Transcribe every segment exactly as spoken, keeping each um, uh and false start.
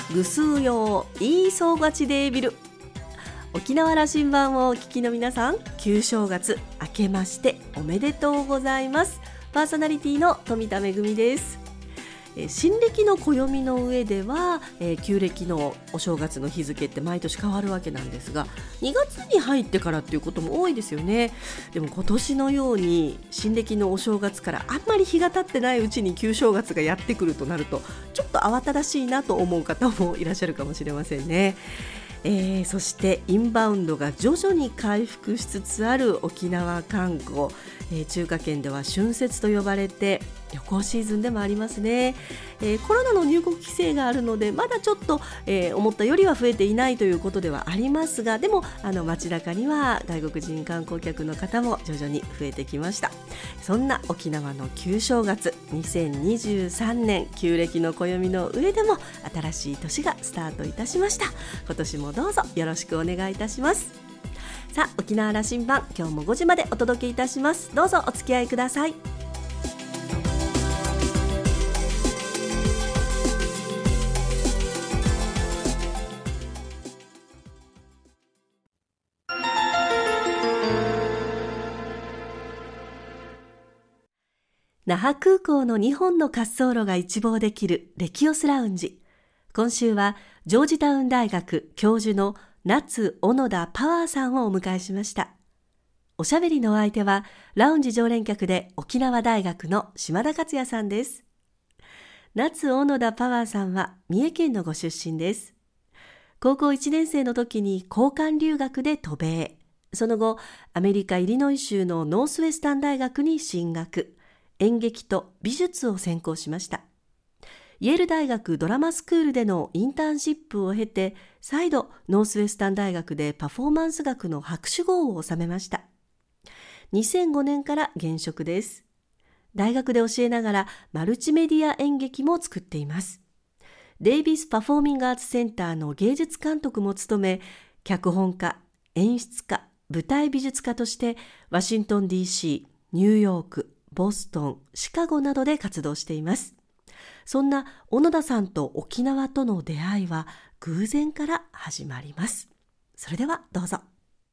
ぐすうよういいそうがちでービル。沖縄羅針盤をお聞きの皆さん、旧正月明けましておめでとうございます。パーソナリティの富田恵です。新暦の暦の上では、えー、旧暦のお正月の日付って毎年変わるわけなんですが、にがつに入ってからっていうことも多いですよね。でも今年のように新暦のお正月からあんまり日が経ってないうちに旧正月がやってくるとなると、ちょっと慌ただしいなと思う方もいらっしゃるかもしれませんね。えー、そしてインバウンドが徐々に回復しつつある沖縄観光、えー、中華圏では春節と呼ばれて旅行シーズンでもありますね。えー、コロナの入国規制があるのでまだちょっと、えー、思ったよりは増えていないということではありますが、でもあの街中には外国人観光客の方も徐々に増えてきました。そんな沖縄の旧正月にせんにじゅうさんねん、旧暦の暦の上でも新しい年がスタートいたしました。今年もどうぞよろしくお願いいたします。さあ、沖縄羅針盤、今日もごじまでお届けいたします。どうぞお付き合いください。那覇空港のにほんの滑走路が一望できるレキオスラウンジ。今週はジョージタウン大学教授の夏小野田パワーさんをお迎えしました。おしゃべりのお相手はラウンジ常連客で沖縄大学の島田克也さんです。夏小野田パワーさんは三重県のご出身です。高校いちねん生の時に交換留学で渡米。その後、アメリカイリノイ州のノースウェスタン大学に進学。演劇と美術を専攻しました。イェール大学ドラマスクールでのインターンシップを経て、再度ノースウェスタン大学でパフォーマンス学の博士号を収めました。にせんごねんから現職です。大学で教えながらマルチメディア演劇も作っています。デイビスパフォーミングアーツセンターの芸術監督も務め、脚本家、演出家、舞台美術家としてワシントン ディーシー、ニューヨーク、ボストン、シカゴなどで活動しています。そんな小野田さんと沖縄との出会いは偶然から始まります。それではどうぞ。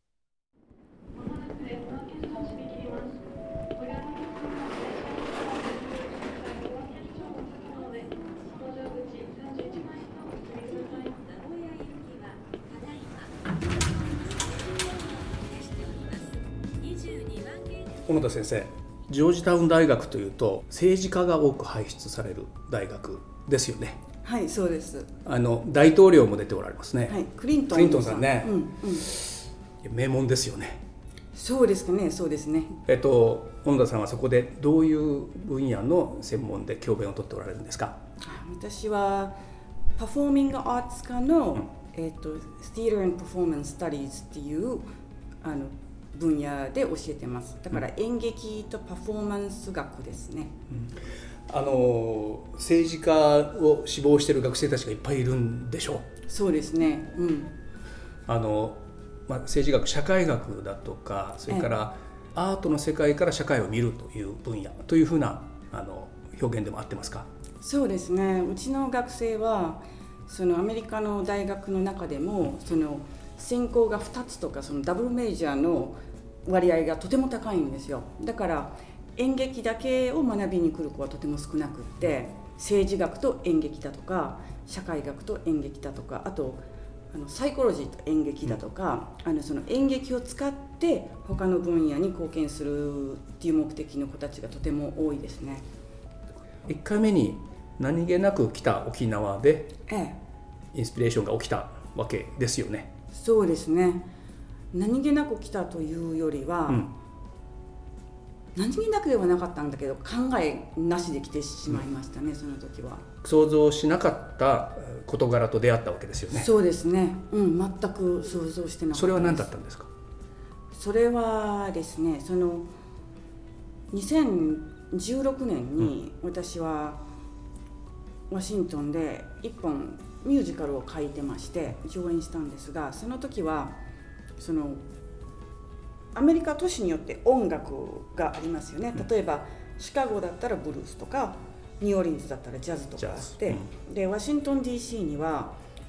小野田先生、ジョージタウン大学というと政治家が多く輩出される大学ですよね。 はい、そうです。 あの大統領も出ておられますね。 はい、クリントンさん。 クリントンさんね、 うんうん、 名門ですよね。 そうですかね、そうですね。 えっと小野田さんはそこでどういう分野の専門で教鞭をとっておられるんですか？ 私はパフォーミングアーツ科の、うんえっと、Theater and Performance Studies っていうあの分野で教えてます。だから演劇とパフォーマンス学ですね。 うん、あの政治家を志望している学生たちがいっぱいいるんでしょう。 そうですね。うん、あのまあ、政治学、社会学だとか、それからアートの世界から社会を見るという分野というふうなあの表現でも合ってますか？ そうですね。うちの学生はそのアメリカの大学の中でもその専攻がふたつとかそのダブルメジャーの割合がとても高いんですよ。だから演劇だけを学びに来る子はとても少なくって、政治学と演劇だとか社会学と演劇だとか、あとあのサイコロジーと演劇だとか、うん、あのその演劇を使って他の分野に貢献するっていう目的の子たちがとても多いですね。 いっかいめに何気なく来た沖縄で、 ええ、 インスピレーションが起きたわけですよね。 そうですね。何気なく来たというよりは、うん、何気なくではなかったんだけど考えなしで来てしまいましたね、うん、その時は。 想像しなかった事柄と出会ったわけですよね。 そうですね、うん、全く想像してなかったです。 それは何だったんですか？ それはですね、そのにせんじゅうろくねんに私はワシントンで一本ミュージカルを書いてまして上演したんですが、その時はそのアメリカ都市によって音楽がありますよね。例えばシカゴだったらブルースとかニューオーリンズだったらジャズとかあって、うん、でワシントン ディーシー には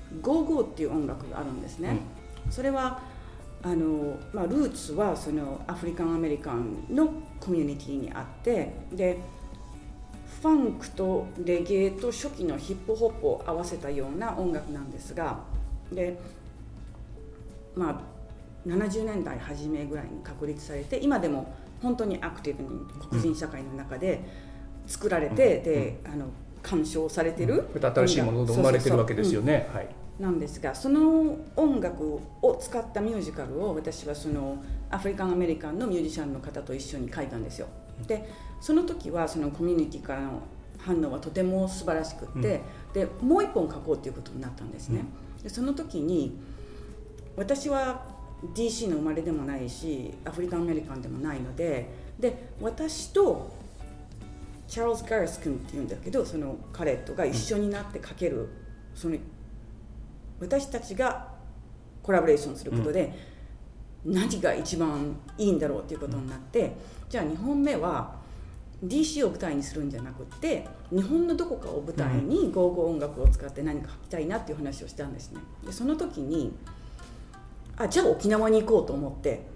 ゴーゴーっていう音楽があるんですね、うん、それはあの、まあ、ルーツはそのアフリカンアメリカンのコミュニティにあって、でファンクとレゲエと初期のヒップホップを合わせたような音楽なんですが、でまあななじゅうねんだい初めぐらいに確立されて、今でも本当にアクティブに黒人社会の中で作られて、うん、で、うん、あの鑑賞されてる、 うん、新しいものが生まれてるわけですよね。 なんですが、その音楽を使ったミュージカルを私はそのアフリカンアメリカンのミュージシャンの方と一緒に書いたんですよ。でその時はそのコミュニティからの反応はとても素晴らしくって、うん、でもう一本書こうということになったんですね、うん、でその時に私は ディーシー の生まれでもないしアフリカンアメリカンでもないので、で私とチャールズ・ガレス君っていうんだけど、その彼とが一緒になって書ける、うん、その私たちがコラボレーションすることで、うん、何が一番いいんだろうということになって、うん、じゃあにほんめは ディーシー を舞台にするんじゃなくって日本のどこかを舞台にゴーゴー音楽を使って何か書きたいなっていう話をしたんですね。でその時にあじゃあ沖縄に行こうと思って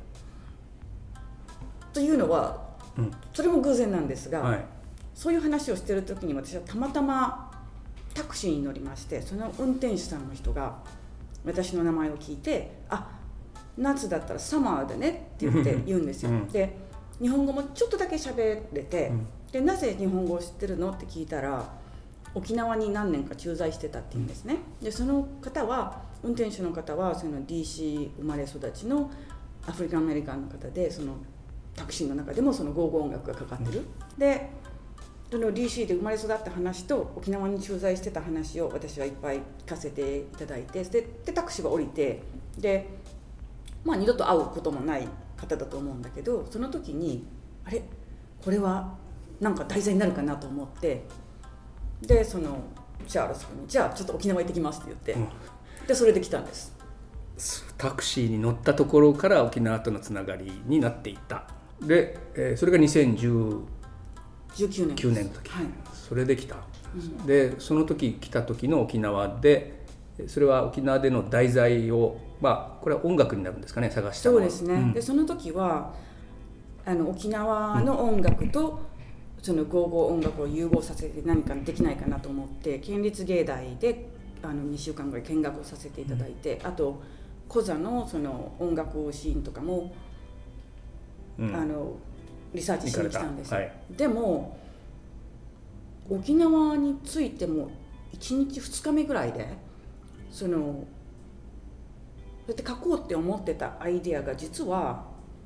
というのは、うん、それも偶然なんですが、はい、そういう話をしている時に私はたまたまタクシーに乗りまして、その運転手さんの人が私の名前を聞いて、あ夏だったらサマーだねって言って言うんですよ、うん、で日本語もちょっとだけ喋れて、うん、でなぜ日本語を知ってるのって聞いたら沖縄に何年か駐在してたって言うんですね。でその方は運転手の方はその ディーシー 生まれ育ちのアフリカンアメリカンの方で、そのタクシーの中でもそのゴーゴー音楽がかかってる、うん、でその ディーシー で生まれ育った話と沖縄に駐在してた話を私はいっぱい聞かせていただいて、 で, でタクシーが降りて、で、まあ、二度と会うこともない方だと思うんだけど、その時にあれこれはなんか題材になるかなと思って、でそのチャールズ君にじゃあちょっと沖縄行ってきますって言って、うん、でそれで来たんです。 タクシーに乗ったところから沖縄とのつながりになっていった。で、えー、それがにせんじゅうきゅうねんの時、はい、それで来た、うん、でその時来た時の沖縄で、それは沖縄での題材を、まあこれは音楽になるんですかね、探したのは。 そうですね、うん、でその時はあの沖縄の音楽と、うん、そのゴーゴー音楽を融合させて何かできないかなと思って県立芸大であのにしゅうかんぐらい見学をさせていただいて、うん、あとコザのその音楽シーンとかも、うん、あのリサーチしに来たんですよ、はい、でも沖縄についてもいちにちふつかめぐらいでそのそうやって書こうって思ってたアイデアが実は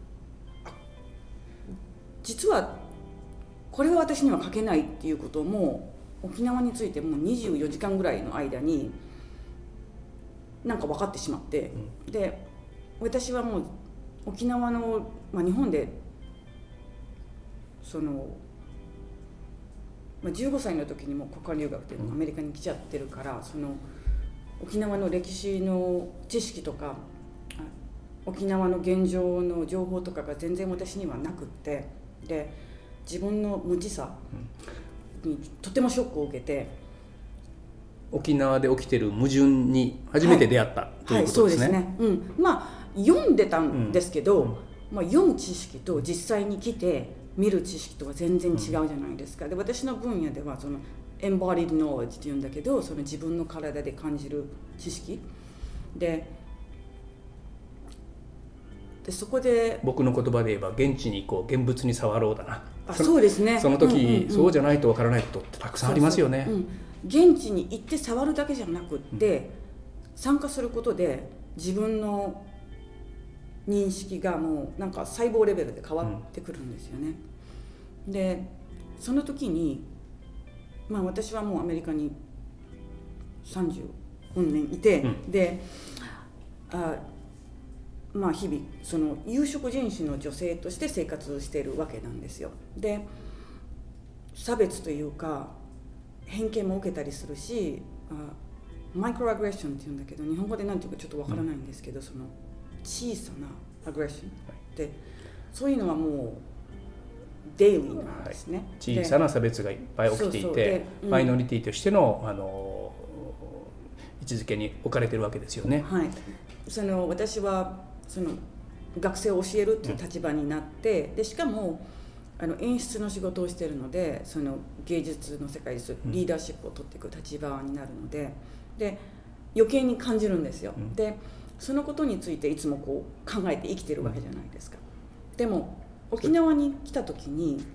実はこれは私には書けないっていうことも沖縄についてもうにじゅうよじかんぐらいの間になんか分かってしまって、うん、で私はもう沖縄の、まあ、日本でその、まあ、じゅうごさいの時にも国家留学っていうのがアメリカに来ちゃってるから、その沖縄の歴史の知識とか沖縄の現状の情報とかが全然私にはなくって、で自分の無知さにとてもショックを受けて、 沖縄で起きてる矛盾に初めて出会った、はい、ということですね。 はい、そうですね、うん、まあ読んでたんですけど、うんまあ、読む知識と実際に来て見る知識とは全然違うじゃないですか。で私の分野ではそのエンボディーノーレッジっていうんだけど、その自分の体で感じる知識で、でそこで僕の言葉で言えば現地にこう現物に触ろうだな。 あそうですね。 その時、うんうんうん、そうじゃないとわからないことってたくさんありますよね。 そうそう、うん、現地に行って触るだけじゃなくって、うん、参加することで自分の認識がもうなんか細胞レベルで変わってくるんですよね、うん、でその時にまあ私はもうアメリカにさんじゅうよねんいて、うん、であまあ日々その有色人種の女性として生活しているわけなんですよ。で差別というか偏見も受けたりするし、あマイクロアグレッションっていうんだけど日本語で何ていうかちょっとわからないんですけど、うん、その小さなアグレッションって、はい、そういうのはもうデイリーなんですね、はい、小さな差別がいっぱい起きていて、そうそう、うん、マイノリティとしての、あの位置づけに置かれてるわけですよね。 はい、その私はその学生を教えるっていう立場になって、うん、でしかもあの演出の仕事をしているので、その芸術の世界でリーダーシップを取っていく立場になるので、で余計に感じるんですよ、うん、でそのことについていつもこう考えて生きてるわけじゃないですか。でも沖縄に来た時に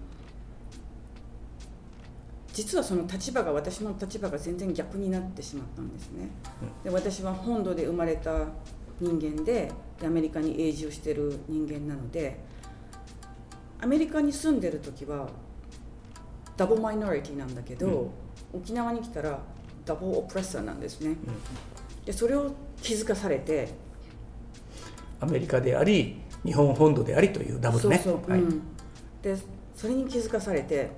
実はその立場が私の立場が全然逆になってしまったんですね。で私は本土で生まれた人間で、でアメリカに永住してる人間なので、アメリカに住んでる時はダブルマイノリティなんだけど、うん、沖縄に来たらダブルオプレッサーなんですね、うん、でそれを気づかされて、 アメリカであり日本本土でありというダブルね。 そうそう、はい、うん、でそれに気づかされて、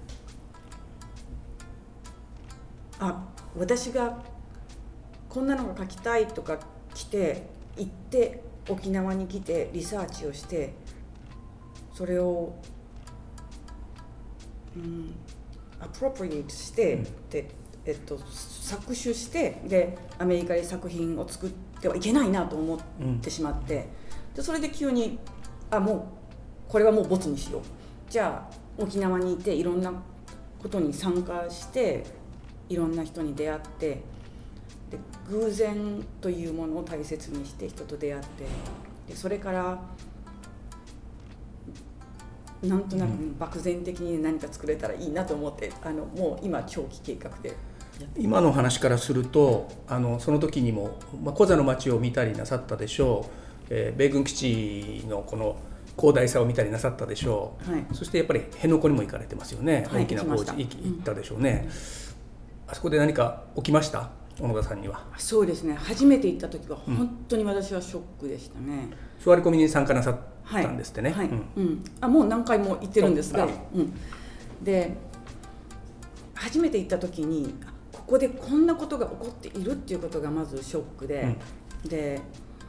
あ、私がこんなのが書きたいとか来て行って沖縄に来てリサーチをして、それを、うん、アプロプリエートして、うん、で、えっと、搾取してでアメリカで作品を作ってはいけないなと思ってしまって、うん、でそれで急にあもうこれはもうボツにしよう、じゃあ沖縄にいていろんなことに参加していろんな人に出会って、で偶然というものを大切にして人と出会って、でそれからなんとなく漠然的に何か作れたらいいなと思って、あのもう今長期計画で今の話からすると、あのその時にも、まあ、コザの街を見たりなさったでしょう、えー、米軍基地のこの広大さを見たりなさったでしょう、はい、そしてやっぱり辺野古にも行かれてますよね、はい、大きな工事行ったでしょうね、うん、あそこで何か起きました？小野田さんには。そうですね、 初めて行った時は本当に私はショックでしたね。 座り込みに参加なさったんですってね。 はいはい、うんうん、あもう何回も行ってるんですが、はい、うん、で初めて行った時にここでこんなことが起こっているっていうことがまずショックで、うん、で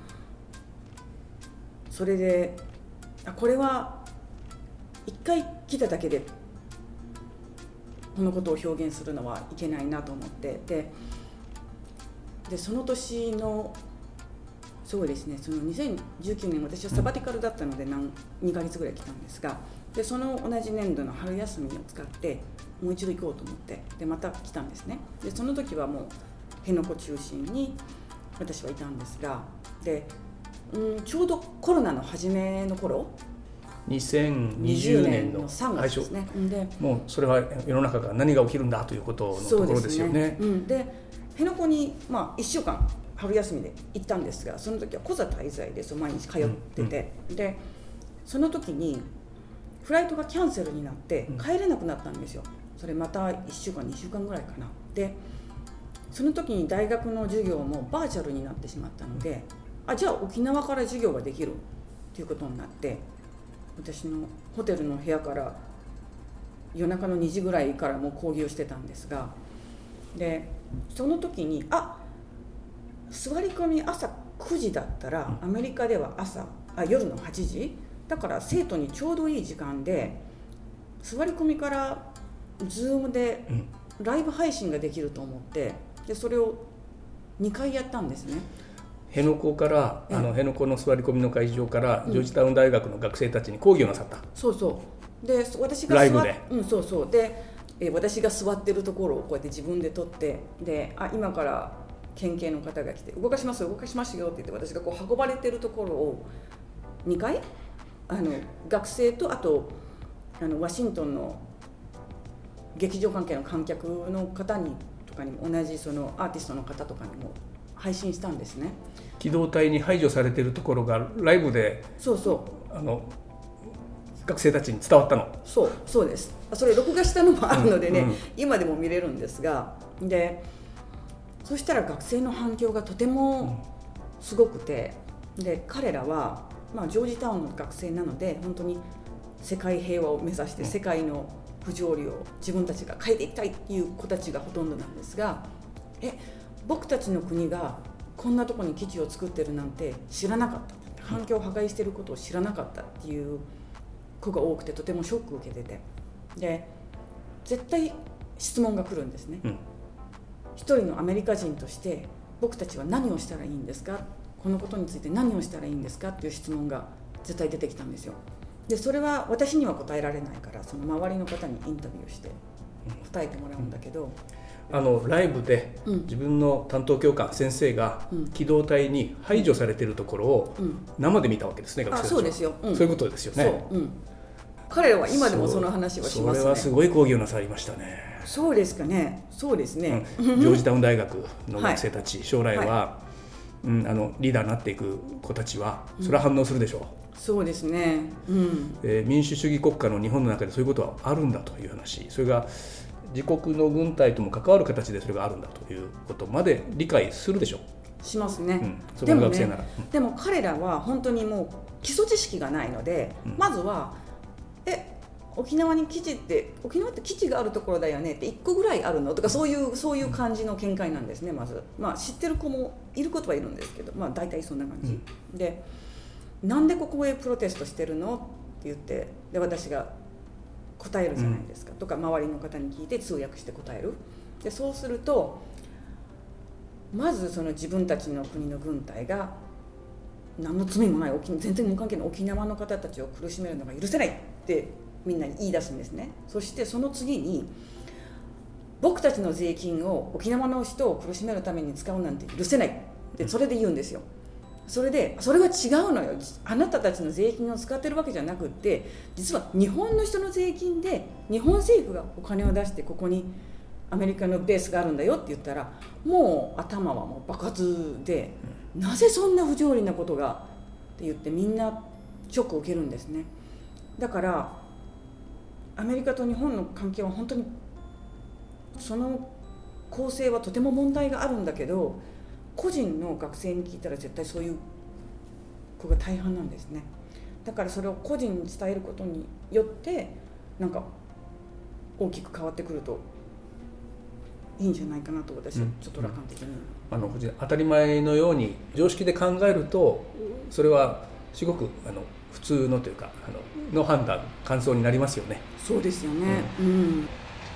それであこれは一回来ただけでこのことを表現するのはいけないなと思って、ででその年のそうですね、そのにせんじゅうきゅうねん私はサバティカルだったので何にかげつぐらい来たんですが、でその同じ年度の春休みを使ってもう一度行こうと思ってでまた来たんですね。でその時はもう辺野古中心に私はいたんですが、で、うん、ちょうどコロナの初めの頃にせんにじゅうねんのさんがつですね。でもうそれは世の中が何が起きるんだということのところですよね。 そうですね、うん、で辺野古に、まあ、いっしゅうかん春休みで行ったんですが、その時はコザ滞在でそう毎日通ってて、うんうん、でその時にフライトがキャンセルになって帰れなくなったんですよ。それまたいっしゅうかんにしゅうかんぐらいかな。でその時に大学の授業もバーチャルになってしまったので、あじゃあ沖縄から授業ができるということになって、私のホテルの部屋から夜中のにじぐらいからもう講義をしてたんですが、でその時にあ座り込み朝くじだったらアメリカでは朝あ夜のはちじだから生徒にちょうどいい時間で座り込みからズームでライブ配信ができると思って、でそれをにかいやったんですね。 辺野古からあの辺野古の座り込みの会場からジョージタウン大学の学生たちに講義をなさった、うん、 そうそうで私がライブで、 うん、そうそうでえ私が座ってるところをこうやって自分で撮って、であ今から県警の方が来て動かしますよ動かしますよって言って私がこう運ばれてるところをにかいあの学生とあとあのワシントンの劇場関係の観客の方にとかにも同じそのアーティストの方とかにも配信したんですね。 機動隊に排除されているところがライブでそうそうあの学生たちに伝わったの。 そうそうです。それ録画したのもあるのでね、うんうん、今でも見れるんですが、でそしたら学生の反響がとてもすごくて、で彼らは、まあ、ジョージタウンの学生なので本当に世界平和を目指して世界の不条理を自分たちが変えていきたいっていう子たちがほとんどなんですが、え僕たちの国がこんなとこに基地を作ってるなんて知らなかった、環境を破壊してることを知らなかったっていう子が多くてとてもショックを受けてて、で絶対質問が来るんですね、うん、一人のアメリカ人として僕たちは何をしたらいいんですか、このことについて何をしたらいいんですかっていう質問が絶対出てきたんですよ。でそれは私には答えられないから、その周りの方にインタビューして答えてもらうんだけど、うんあのライブで自分の担当教官、うん、先生が機動隊に排除されているところを生で見たわけですね、うん、学生たちは。 あ、そうですよ、うん、 そういうことですよね。 そう、うん、彼らは今でもその話はしますね。 それはすごい講義をなさりましたね。 そうですかね。そうですね、 うん、ジョージタウン大学の学生たち、はい、将来は、はい、うん、あのリーダーになっていく子たちはそれは反応するでしょう、うん、 そうですね、うんえー、民主主義国家の日本の中でそういうことはあるんだという話、それが自国の軍隊とも関わる形でそれがあるんだということまで理解するでしょう。 しますね、 うん、そこの学生なら。 でもね、うん、でも彼らは本当にもう基礎知識がないので、うん、まずはえ沖縄に基地って沖縄って基地があるところだよねっていっこぐらいあるのとか、そういうそういう感じの見解なんですね。まず、まあ、知ってる子もいることはいるんですけど、まあ、大体そんな感じ、うん、でなんでここへプロテストしてるのって言って、で私が答えるじゃないですか、うん、とか周りの方に聞いて通訳して答える。でそうするとまずその自分たちの国の軍隊が何の罪もない沖全然無関係の沖縄の方たちを苦しめるのが許せないってみんなに言い出すんですね。そしてその次に僕たちの税金を沖縄の人を苦しめるために使うなんて許せないってそれで言うんですよ。それでそれは違うのよ、あなたたちの税金を使ってるわけじゃなくって、実は日本の人の税金で日本政府がお金を出してここにアメリカのベースがあるんだよって言ったら、もう頭はもう爆発で、なぜそんな不条理なことがって言ってみんなショックを受けるんですね。だからアメリカと日本の関係は本当にその構成はとても問題があるんだけど、個人の学生に聞いたら絶対そういう子が大半なんですね。だからそれを個人に伝えることによってなんか大きく変わってくるといいんじゃないかなと私はちょっと楽観的に、 うんうん、あの当たり前のように常識で考えるとそれはすごくあの普通のというかあのの判断感想になりますよね。 そうですよね、うん、うん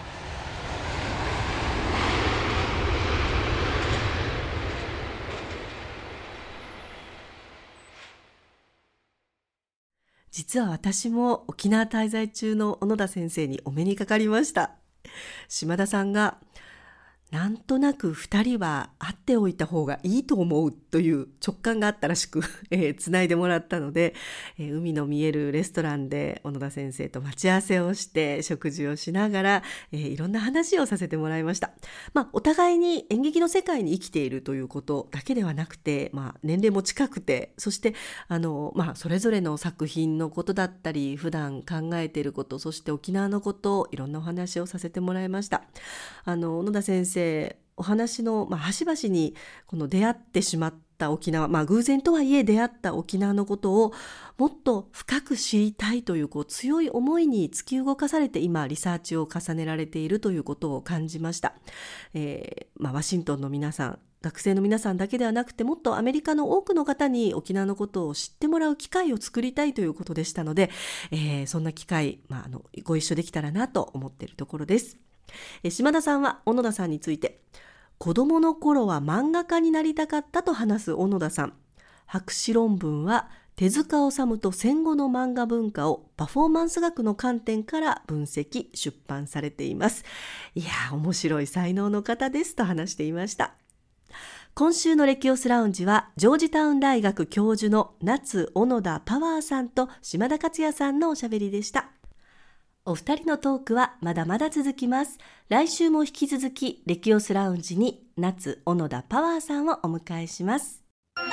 実は私も沖縄滞在中の小野田先生にお目にかかりました。島田さんがなんとなくふたりは会っておいた方がいいと思うという直感があったらしく、えー、つないでもらったので、えー、海の見えるレストランで小野田先生と待ち合わせをして食事をしながら、えー、いろんな話をさせてもらいました。まあ、お互いに演劇の世界に生きているということだけではなくて、まあ、年齢も近くて、そしてあの、まあ、それぞれの作品のことだったり普段考えていること、そして沖縄のこといろんなお話をさせてもらいました。あの小野田先生お話の、まあ、端々にこの出会ってしまった沖縄、まあ、偶然とはいえ出会った沖縄のことをもっと深く知りたいという、こう強い思いに突き動かされて今リサーチを重ねられているということを感じました。えーまあ、ワシントンの皆さん、学生の皆さんだけではなくてもっとアメリカの多くの方に沖縄のことを知ってもらう機会を作りたいということでしたので、えー、そんな機会、まあ、あのご一緒できたらなと思っているところです。島田さんは小野田さんについて、子供の頃は漫画家になりたかったと話す小野田さん。博士論文は手塚治虫と戦後の漫画文化をパフォーマンス学の観点から分析出版されています。いやー、面白い才能の方ですと話していました。今週のレキオスラウンジはジョージタウン大学教授の夏小野田パワーさんと島田克也さんのおしゃべりでした。お二人のトークはまだまだ続きます。来週も引き続きレキオスラウンジに夏小野田パワーさんをお迎えします。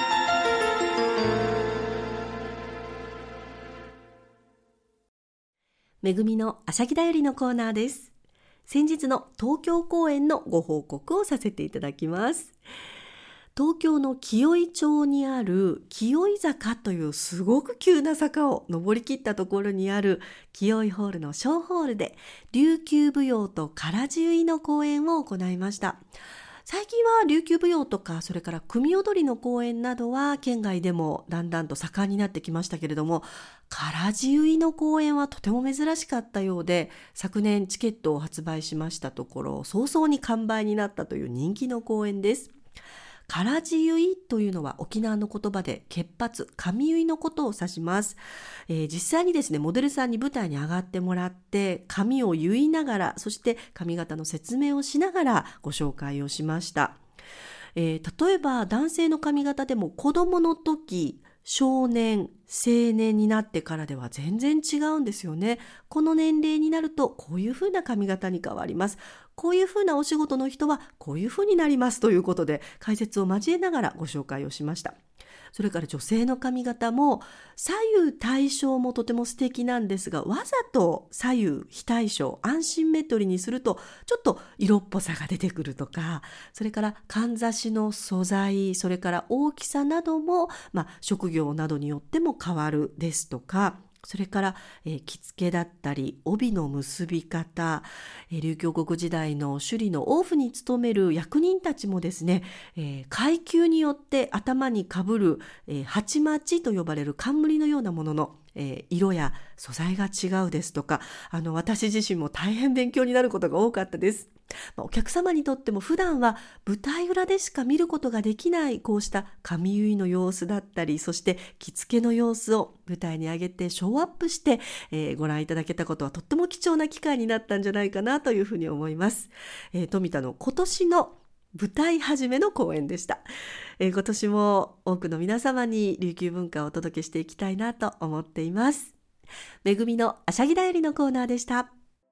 めぐみのあしゃぎだよりのコーナーです。先日の東京公演のご報告をさせていただきます。東京の紀尾井町にある紀尾井坂というすごく急な坂を登り切ったところにある紀尾井ホールの小ホールで琉球舞踊と唐地結の公演を行いました。最近は琉球舞踊とかそれから組踊りの公演などは県外でもだんだんと盛んになってきましたけれども、唐地結の公演はとても珍しかったようで、昨年チケットを発売しましたところ早々に完売になったという人気の公演です。 からじ結いというのは沖縄の言葉で潔髪、髪結いのことを指します。えー、実際にですね、モデルさんに舞台に上がってもらって髪を結いながら、そして髪型の説明をしながらご紹介をしました。えー、例えば男性の髪型でも子供の時、少年、青年になってからでは全然違うんですよね。この年齢になるとこういう風な髪型に変わります。こういう風なお仕事の人はこういう風になりますということで、解説を交えながらご紹介をしました。それから女性の髪型も左右対称もとても素敵なんですが、わざと左右非対称、アンシンメトリーにするとちょっと色っぽさが出てくるとか、それからかんざしの素材、それから大きさなども、まあ、職業などによっても変わるですとか、それから、えー、着付けだったり帯の結び方、えー、琉球国時代の首里の王府に勤める役人たちもですね、えー、階級によって頭にかぶる、えー、鉢巻と呼ばれる冠のようなものの、えー、色や素材が違うですとか、あの私自身も大変勉強になることが多かったです。まあ、お客様にとっても普段は舞台裏でしか見ることができないこうした髪結いの様子だったり、そして着付けの様子を舞台に上げてショーアップして、えー、ご覧いただけたことはとっても貴重な機会になったんじゃないかなというふうに思います。えー、富田の今年の舞台始めの公演でした。えー、今年も多くの皆様に琉球文化をお届けしていきたいなと思っています。めぐみのあしゃぎだよりのコーナーでした。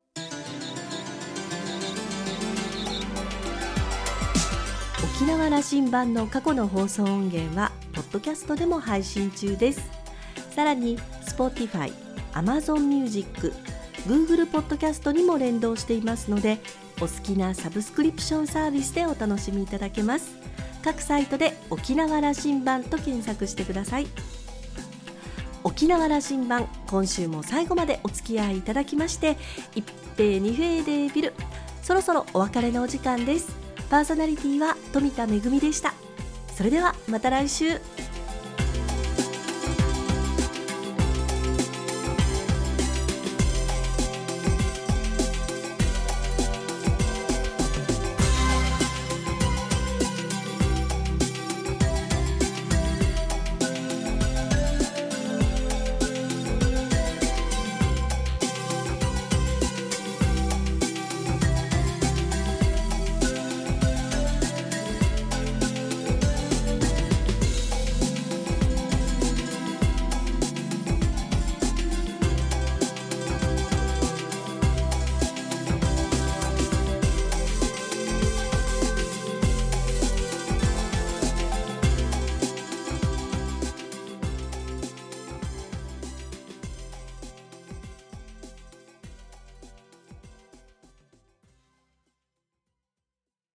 沖縄羅針盤の過去の放送音源はポッドキャストでも配信中です。さらに Spotify、Amazon Music、Google ポッドキャストにも連動していますので、お好きなサブスクリプションサービスでお楽しみいただけます。各サイトで沖縄羅針盤と検索してください。沖縄羅針盤、今週も最後までお付き合いいただきまして一平二平でビル、そろそろお別れのお時間です。パーソナリティは富田恵でした。それではまた来週。